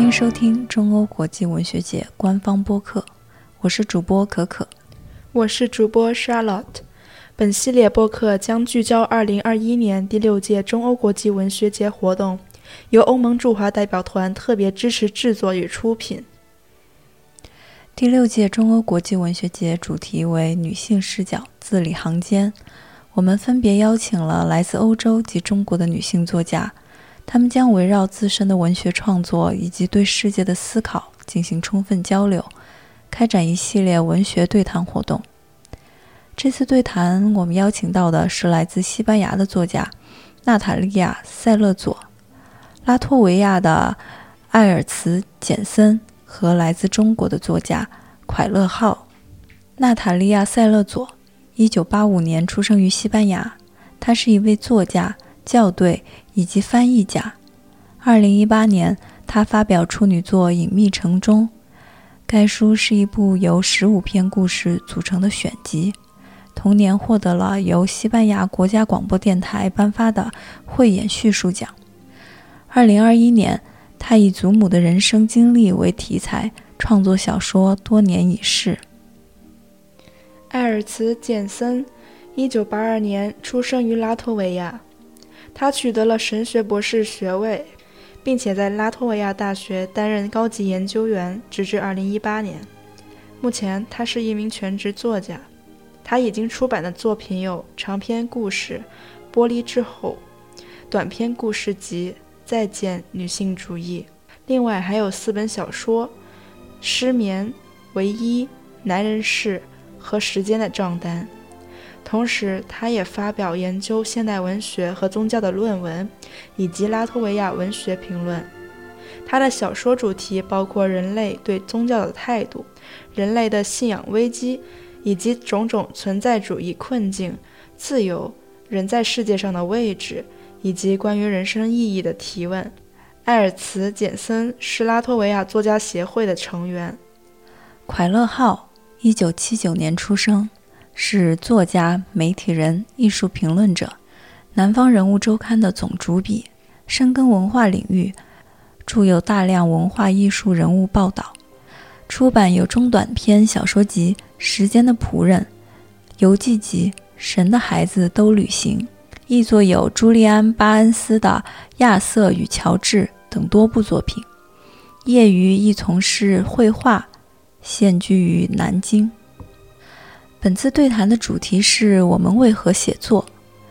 迎收听中欧国际文学节官方播客，我是主播可可， 我是主播 Charlotte。 本系列播客将聚焦2021年第6届中欧国际文学节活动，由欧盟驻华代表团特别支持制作与出品。 第6届中欧国际文学节主题为女性视角，字里行间。我们分别邀请了来自欧洲及中国的女性作家，她们将围绕自身的文学创作以及对世界的思考进行充分交流，开展一系列文学对谈活动。这次对谈我们邀请到的是来自西班牙的作家娜塔莉亚·塞勒佐、拉脱维亚的艾尔茨·简森和来自中国的作家蒯乐浩。娜塔莉亚·塞勒佐1985年出生于西班牙，她是一位作家、校对以及翻译家。2018年，她发表处女作《隐秘城中》，该书是一部由15篇故事组成的选集，同年获得了由西班牙国家广播电台颁发的慧眼叙述奖。2021年，她以祖母的人生经历为题材，创作小说《多年已逝》。 艾尔茨·简森1982年出生于拉脱维亚，他取得了神学博士学位，并且在拉脱维亚大学担任高级研究员，直至2018年。目前他是一名全职作家，他已经出版的作品有长篇故事《玻璃之后》、短篇故事集《再见女性主义》，另外还有4本小说《失眠》、《唯一》、《男人事》和时间的账单。同时他也发表研究现代文学和宗教的论文，以及拉脱维亚文学评论。他的小说主题包括人类对宗教的态度、人类的信仰危机，以及种种存在主义困境、自由、人在世界上的位置，以及关于人生意义的提问。艾尔茨·简森是拉脱维亚作家协会的成员。 蒯乐浩1979年出生，是作家、媒体人、艺术评论者，南方人物周刊的总主笔，深耕文化领域，著有大量文化艺术人物报道，出版有中短篇小说集《时间的仆人》、游记集《神的孩子都旅行》，译作有朱利安·巴恩斯的《亚瑟与乔治》等多部作品。业余亦从事绘画，现居于南京。本次对谈的主题是我们为何写作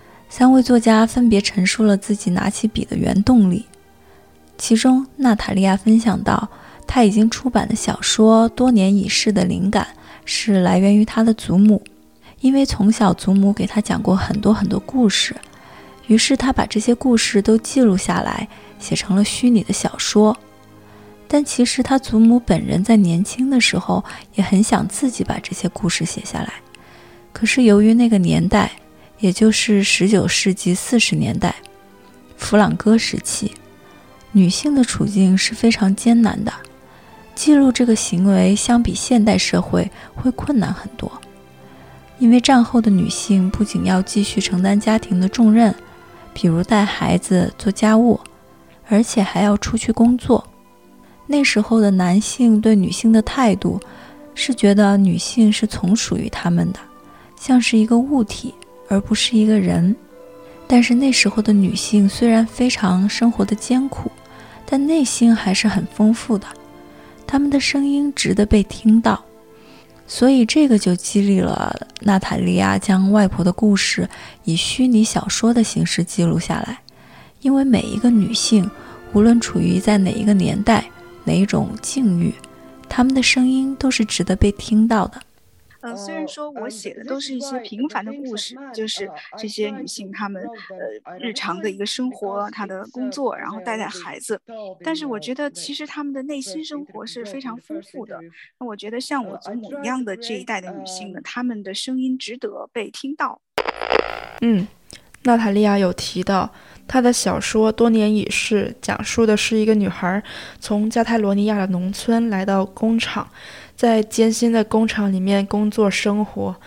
，3位作家分别陈述了自己拿起笔的原动力。其中娜塔莉亚分享到，她已经出版的小说《多年已逝》的灵感是来源于她的祖母，因为从小祖母给她讲过很多故事，于是她把这些故事都记录下来，写成了虚拟的小说。但其实他祖母本人在年轻的时候也很想自己把这些故事写下来，可是由于那个年代，也就是19世纪40年代弗朗哥时期，女性的处境是非常艰难的，记录这个行为相比现代社会会困难很多。因为战后的女性不仅要继续承担家庭的重任，比如带孩子、做家务，而且还要出去工作。那时候的男性对女性的态度是觉得女性是从属于他们的，像是一个物体而不是一个人。但是那时候的女性虽然非常生活的艰苦，但内心还是很丰富的，她们的声音值得被听到。所以这个就激励了娜塔莉亚将外婆的故事以虚拟小说的形式记录下来。因为每一个女性无论处于在哪一个年代、哪一种境遇，她们的声音都是值得被听到的。 虽然说我写的都是一些平凡的故事，就是这些女性她们日常的一个生活，她的工作，然后带孩子，但是我觉得其实她们的内心生活是非常丰富的。那我觉得像我祖母一样的这一代的女性呢，她们的声音值得被听到。 娜塔莉亚有提到她的小说《多年已逝》讲述的是一个女孩从加泰罗尼亚的农村来到工厂，在艰辛的工厂里面工作生活，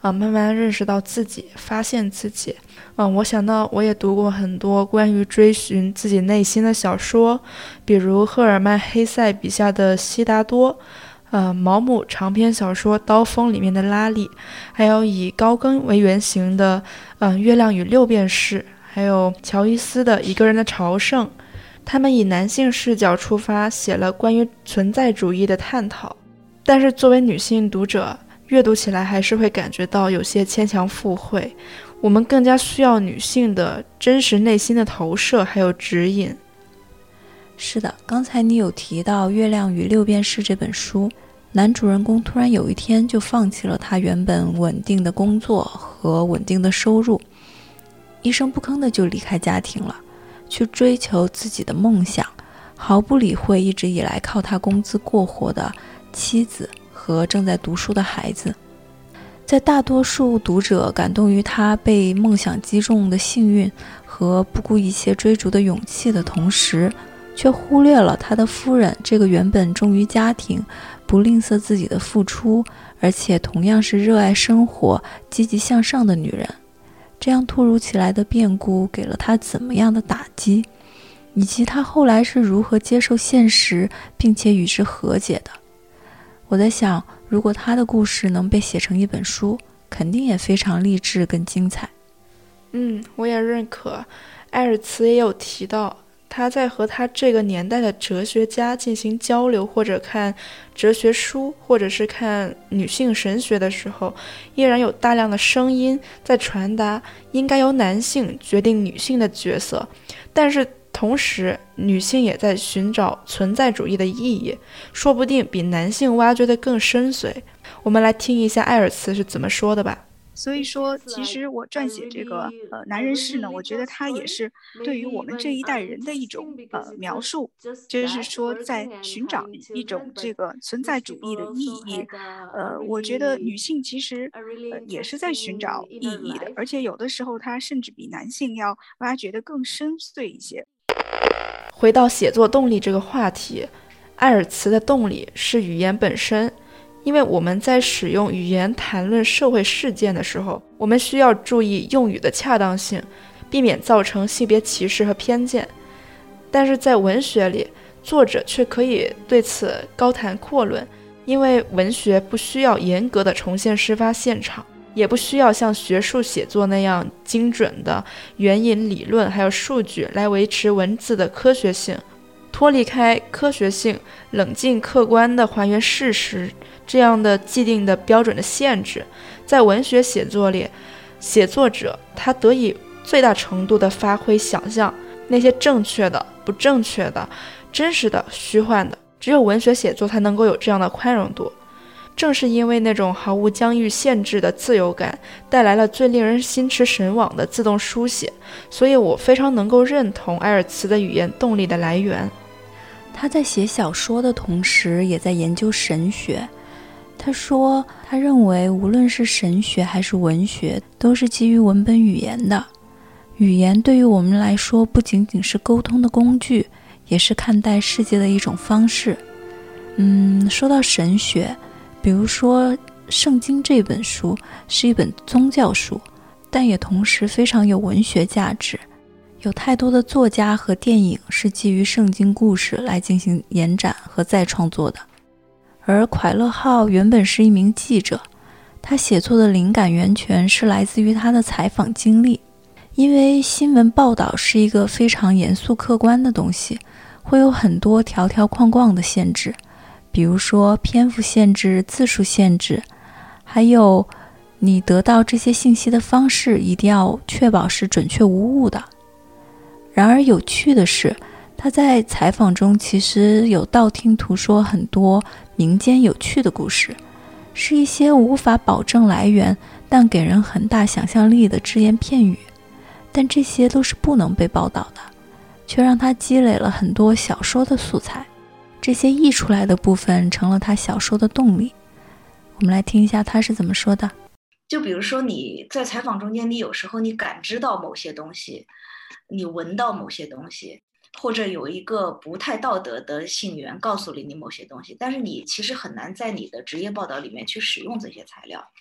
慢慢认识到自己，发现自己。我想到我也读过很多关于追寻自己内心的小说，比如赫尔曼·黑塞笔下的悉达多，毛姆长篇小说《刀锋》里面的拉里，还有以高更为原型的月亮与六便士，还有乔伊斯的一个人的朝圣。他们以男性视角出发，写了关于存在主义的探讨，但是作为女性读者，阅读起来还是会感觉到有些牵强附会。我们更加需要女性的真实内心的投射还有指引。 是的，刚才你有提到《月亮与六便士》这本书，男主人公突然有一天就放弃了他原本稳定的工作和稳定的收入，一声不吭的就离开家庭了，去追求自己的梦想，毫不理会一直以来靠他工资过活的妻子和正在读书的孩子。在大多数读者感动于他被梦想击中的幸运和不顾一切追逐的勇气的同时，却忽略了他的夫人这个原本忠于家庭、不吝啬自己的付出，而且同样是热爱生活、积极向上的女人。这样突如其来的变故给了他怎么样的打击，以及他后来是如何接受现实并且与之和解的。我在想，如果他的故事能被写成一本书，肯定也非常励志跟精彩。 我也认可。艾尔茨也有提到，他在和他这个年代的哲学家进行交流，或者看哲学书，或者是看女性神学的时候，依然有大量的声音在传达应该由男性决定女性的角色，但是同时女性也在寻找存在主义的意义，说不定比男性挖掘得更深邃。我们来听一下艾尔茨是怎么说的吧。 所以说，其实我撰写这个男人世呢，我觉得它也是对于我们这一代人的一种描述，就是说在寻找一种这个存在主义的意义。我觉得女性其实也是在寻找意义的，而且有的时候她甚至比男性要挖掘得更深邃一些。 回到写作动力这个话题，艾尔茨的动力是语言本身。因为我们在使用语言谈论社会事件的时候，我们需要注意用语的恰当性，避免造成性别歧视和偏见。但是在文学里，作者却可以对此高谈阔论，因为文学不需要严格的重现事发现场，也不需要像学术写作那样精准的援引理论还有数据来维持文字的科学性。脱离开科学性，冷静客观地还原事实这样的既定的标准的限制，在文学写作里，写作者他得以最大程度地发挥想象，那些正确的、不正确的、真实的、虚幻的，只有文学写作才能够有这样的宽容度。正是因为那种毫无疆域限制的自由感，带来了最令人心驰神往的自动书写，所以我非常能够认同埃尔茨的语言动力的来源。 他在写小说的同时也在研究神学。他说他认为无论是神学还是文学，都是基于文本语言的。语言对于我们来说不仅仅是沟通的工具，也是看待世界的一种方式。说到神学，比如说圣经这本书是一本宗教书，但也同时非常有文学价值。有太多的作家和电影是基于圣经故事来进行延展和再创作的。而蒯乐号原本是一名记者，他写作的灵感源泉是来自于他的采访经历。因为新闻报道是一个非常严肃客观的东西，会有很多条条框框的限制，比如说篇幅限制、字数限制，还有你得到这些信息的方式一定要确保是准确无误的。然而有趣的是，他在采访中其实有道听途说很多民间有趣的故事，是一些无法保证来源但给人很大想象力的只言片语，但这些都是不能被报道的，却让他积累了很多小说的素材。这些溢出来的部分成了他小说的动力。我们来听一下他是怎么说的。 就比如说你在采访中间，你有时候你感知到某些东西，你闻到某些东西，或者有一个不太道德的信源告诉了你某些东西，但是你其实很难在你的职业报道里面去使用这些材料。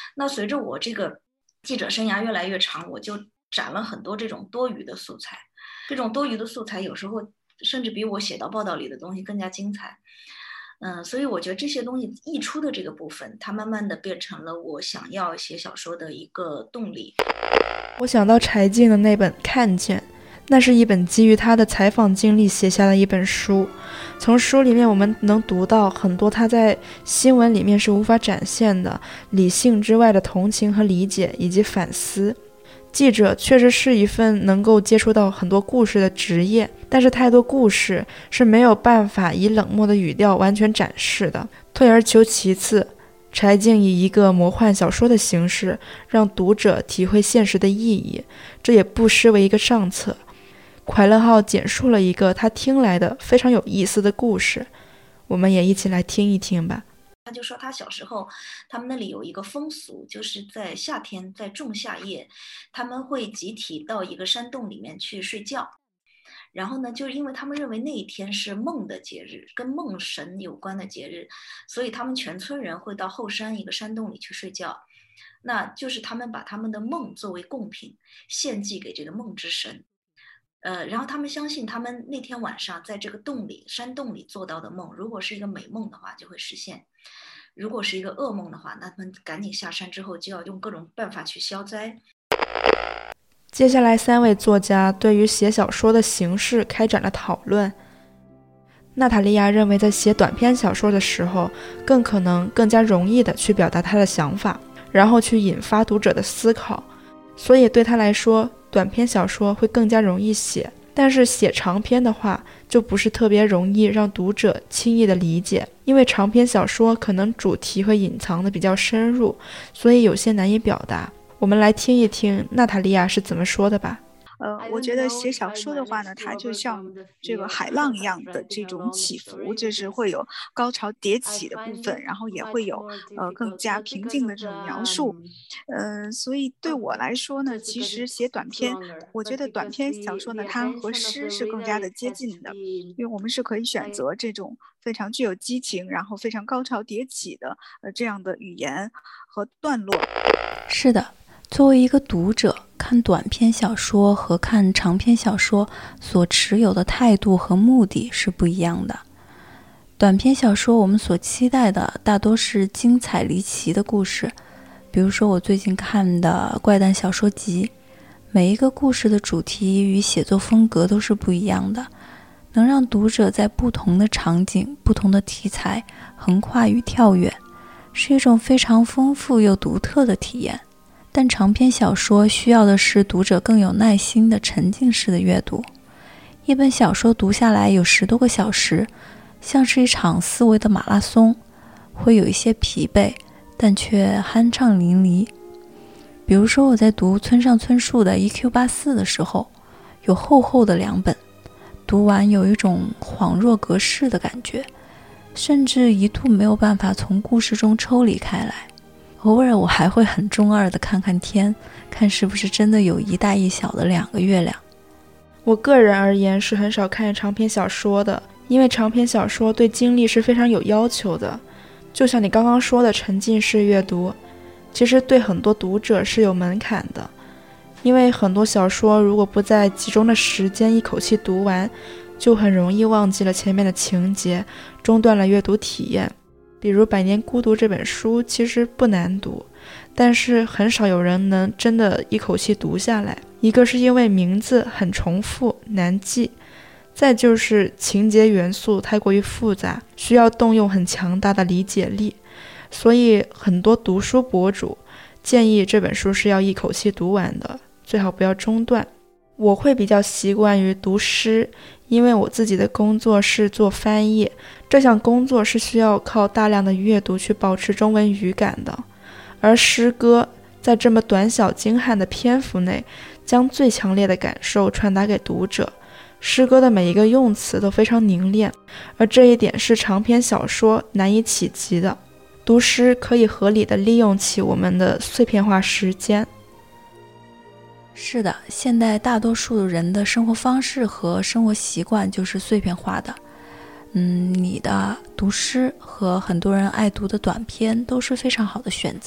那随着我这个记者生涯越来越长，我就攒了很多这种多余的素材。这种多余的素材有时候甚至比我写到报道里的东西更加精彩。所以我觉得这些东西溢出的这个部分，它慢慢的变成了我想要写小说的一个动力。 我想到柴静的那本《看见》，那是一本基于他的采访经历写下的一本书。从书里面我们能读到很多他在新闻里面是无法展现的理性之外的同情和理解以及反思。记者确实是一份能够接触到很多故事的职业，但是太多故事是没有办法以冷漠的语调完全展示的。退而求其次，柴静以一个魔幻小说的形式让读者体会现实的意义，这也不失为一个上策。快乐号简述了一个他听来的非常有意思的故事，我们也一起来听一听吧。 他就说他小时候他们那里有一个风俗，就是在夏天在仲夏夜，他们会集体到一个山洞里面去睡觉。然后呢，就是因为他们认为那一天是梦的节日，跟梦神有关的节日，所以他们全村人会到后山一个山洞里去睡觉。那就是他们把他们的梦作为贡品献祭给这个梦之神。然后他们相信他们那天晚上在这个山洞里做到的梦，如果是一个美梦的话就会实现，如果是一个噩梦的话，那他们赶紧下山之后就要用各种办法去消灾。 接下来3位作家对于写小说的形式开展了讨论。娜塔莉亚认为在写短篇小说的时候更加容易的去表达她的想法，然后去引发读者的思考，所以对她来说短篇小说会更加容易写，但是写长篇的话就不是特别容易让读者轻易的理解，因为长篇小说可能主题会隐藏的比较深入，所以有些难以表达。我们来听一听娜塔莉亚是怎么说的吧。 我觉得写小说的话呢，它就像这个海浪一样的这种起伏，就是会有高潮迭起的部分，然后也会有更加平静的这种描述。所以对我来说呢，其实写短篇，我觉得短篇小说呢，它和诗是更加的接近的，因为我们是可以选择这种非常具有激情，然后非常高潮迭起的这样的语言和段落。 是的。作为一个读者，看短篇小说和看长篇小说所持有的态度和目的是不一样的。短篇小说我们所期待的大多是精彩离奇的故事，比如说我最近看的怪诞小说集，每一个故事的主题与写作风格都是不一样的，能让读者在不同的场景、不同的题材横跨与跳跃，是一种非常丰富又独特的体验。但长篇小说需要的是读者更有耐心的沉浸式的阅读。一本小说读下来有10多个小时，像是一场思维的马拉松，会有一些疲惫，但却酣畅淋漓。比如说我在读村上春树的 EQ84 的时候，有厚厚的2本，读完有一种恍若隔世的感觉，甚至一度没有办法从故事中抽离开来。偶尔我还会很中二的看看天，看是不是真的有一大一小的2个月亮。 我个人而言是很少看长篇小说的，因为长篇小说对精力是非常有要求的。就像你刚刚说的沉浸式阅读，其实对很多读者是有门槛的，因为很多小说如果不在集中的时间一口气读完，就很容易忘记了前面的情节，中断了阅读体验。比如《百年孤独》这本书其实不难读，但是很少有人能真的一口气读下来。一个是因为名字很重复难记，再就是情节元素太过于复杂，需要动用很强大的理解力，所以很多读书博主建议这本书是要一口气读完的，最好不要中断。我会比较习惯于读诗，因为我自己的工作是做翻译，这项工作是需要靠大量的阅读去保持中文语感的。而诗歌在这么短小精悍的篇幅内，将最强烈的感受传达给读者。诗歌的每一个用词都非常凝练，而这一点是长篇小说难以企及的。读诗可以合理的利用起我们的碎片化时间。 是的，现代大多数人的生活方式和生活习惯就是碎片化的。你的读诗和很多人爱读的短篇都是非常好的选择。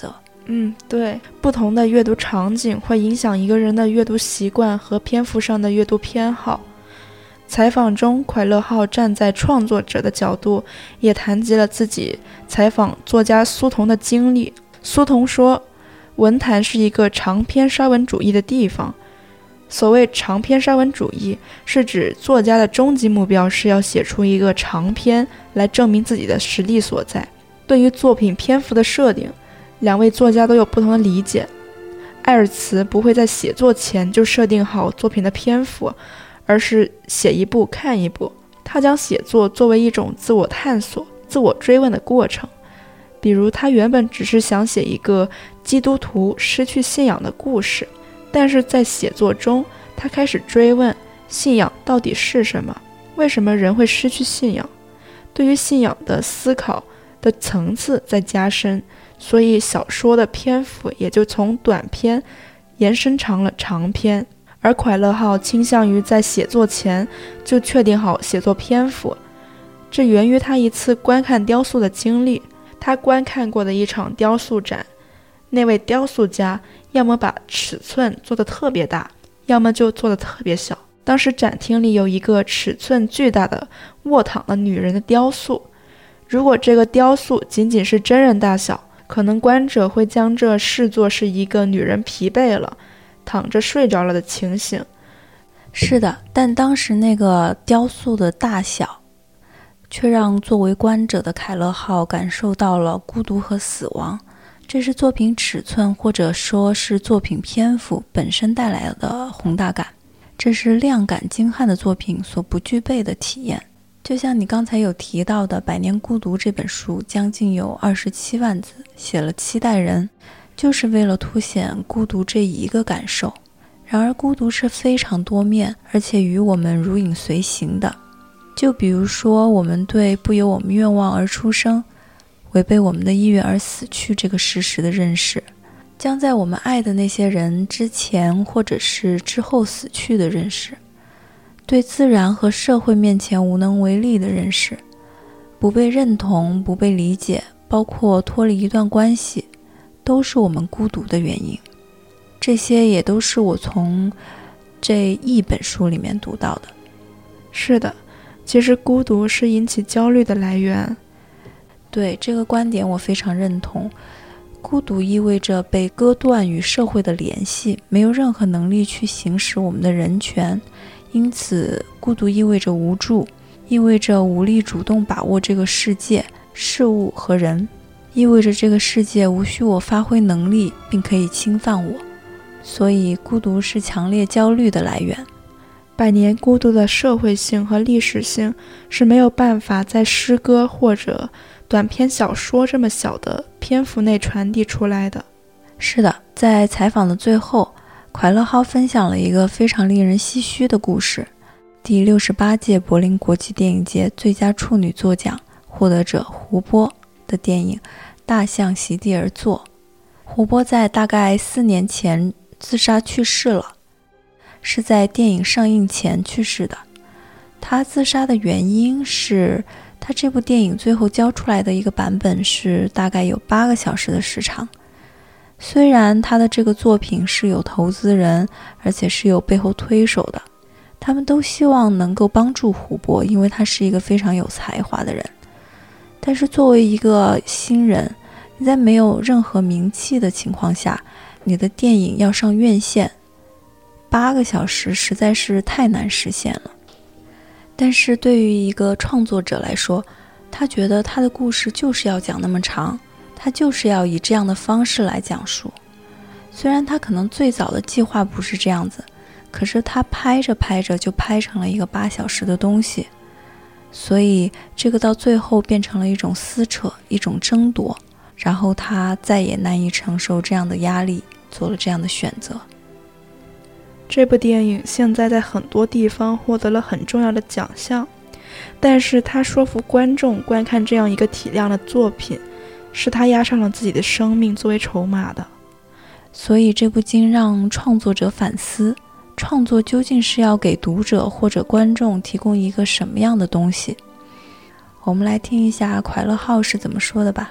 对，不同的阅读场景会影响一个人的阅读习惯和篇幅上的阅读偏好。采访中，蒯乐号站在创作者的角度，也谈及了自己采访作家苏童的经历。苏童说，文坛是一个长篇沙文主义的地方。所谓长篇沙文主义，是指作家的终极目标是要写出一个长篇来证明自己的实力所在。对于作品篇幅的设定，两位作家都有不同的理解。艾尔茨不会在写作前就设定好作品的篇幅，而是写一步看一步。他将写作作为一种自我探索、自我追问的过程。比如他原本只是想写一个基督徒失去信仰的故事，但是在写作中，他开始追问信仰到底是什么，为什么人会失去信仰，对于信仰的思考的层次在加深，所以小说的篇幅也就从短篇延伸成了长篇。而蒯乐号倾向于在写作前就确定好写作篇幅，这源于他一次观看雕塑的经历。他观看过的一场雕塑展，那位雕塑家要么把尺寸做得特别大，要么就做得特别小。当时展厅里有一个尺寸巨大的卧躺的女人的雕塑，如果这个雕塑仅仅是真人大小，可能观者会将这视作是一个女人疲惫了，躺着睡着了的情形。 是的，但当时那个雕塑的大小却让作为观者的蒯乐号感受到了孤独和死亡，这是作品尺寸或者说是作品篇幅本身带来的宏大感，这是量感精悍的作品所不具备的体验。就像你刚才有提到的《百年孤独》这本书，将近有27万字，写了7代人，就是为了凸显孤独这一个感受。然而孤独是非常多面，而且与我们如影随形的。就比如说，我们对不由我们愿望而出生，违背我们的意愿而死去这个事实的认识，将在我们爱的那些人之前或者是之后死去的认识，对自然和社会面前无能为力的认识，不被认同、不被理解，包括脱离一段关系，都是我们孤独的原因。这些也都是我从这一本书里面读到的。 是的，其实孤独是引起焦虑的来源。 对，这个观点我非常认同。孤独意味着被割断与社会的联系，没有任何能力去行使我们的人权，因此孤独意味着无助，意味着无力主动把握这个世界、事物和人，意味着这个世界无需我发挥能力并可以侵犯我。所以孤独是强烈焦虑的来源。 百年孤独的社会性和历史性是没有办法在诗歌或者短篇小说这么小的篇幅内传递出来的。 是的，在采访的最后，蒯乐号分享了一个非常令人唏嘘的故事。第68届柏林国际电影节最佳处女作奖获得者胡波的电影《大象席地而坐》。胡波在大概4年前自杀去世了，是在电影上映前去世的。他自杀的原因是他这部电影最后交出来的一个版本是大概有8个小时的时长。虽然他的这个作品是有投资人，而且是有背后推手的，他们都希望能够帮助胡波，因为他是一个非常有才华的人。但是作为一个新人，你在没有任何名气的情况下，你的电影要上院线，8个小时实在是太难实现了。但是对于一个创作者来说，他觉得他的故事就是要讲那么长，他就是要以这样的方式来讲述。虽然他可能最早的计划不是这样子，可是他拍着拍着就拍成了一个8小时的东西，所以这个到最后变成了一种撕扯，一种争夺，然后他再也难以承受这样的压力，做了这样的选择。 这部电影现在在很多地方获得了很重要的奖项，但是他说服观众观看这样一个体量的作品，是他押上了自己的生命作为筹码的。 所以这部经让创作者反思，创作究竟是要给读者或者观众提供一个什么样的东西。我们来听一下蒯乐号是怎么说的吧。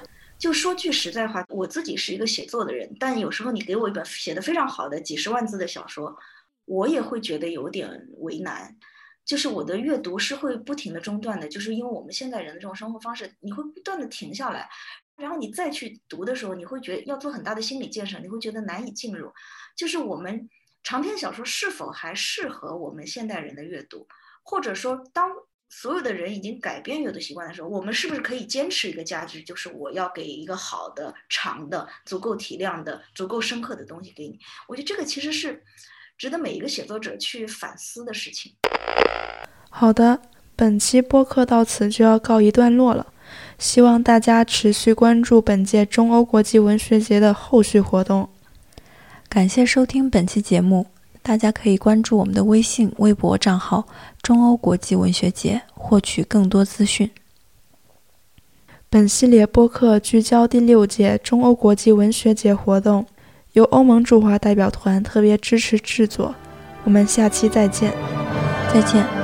就说句实在话，我自己是一个写作的人，但有时候你给我一本写得非常好的几十万字的小说，我也会觉得有点为难。就是我的阅读是会不停的中断的，就是因为我们现在人的这种生活方式，你会不断的停下来，然后你再去读的时候，你会觉得要做很大的心理建设，你会觉得难以进入。就是我们长篇小说是否还适合我们现代人的阅读，或者说当所有的人已经改变阅读习惯的时候，我们是不是可以坚持一个价值，就是我要给一个好的、长的、足够体量的、足够深刻的东西给你？我觉得这个其实是值得每一个写作者去反思的事情。 好的，本期播客到此就要告一段落了，希望大家持续关注本届中欧国际文学节的后续活动。 感谢收听本期节目，大家可以关注我们的微信、微博账号“中欧国际文学节”，获取更多资讯。 本系列播客聚焦第6届中欧国际文学节活动，由欧盟驻华代表团特别支持制作。我们下期再见。 再见。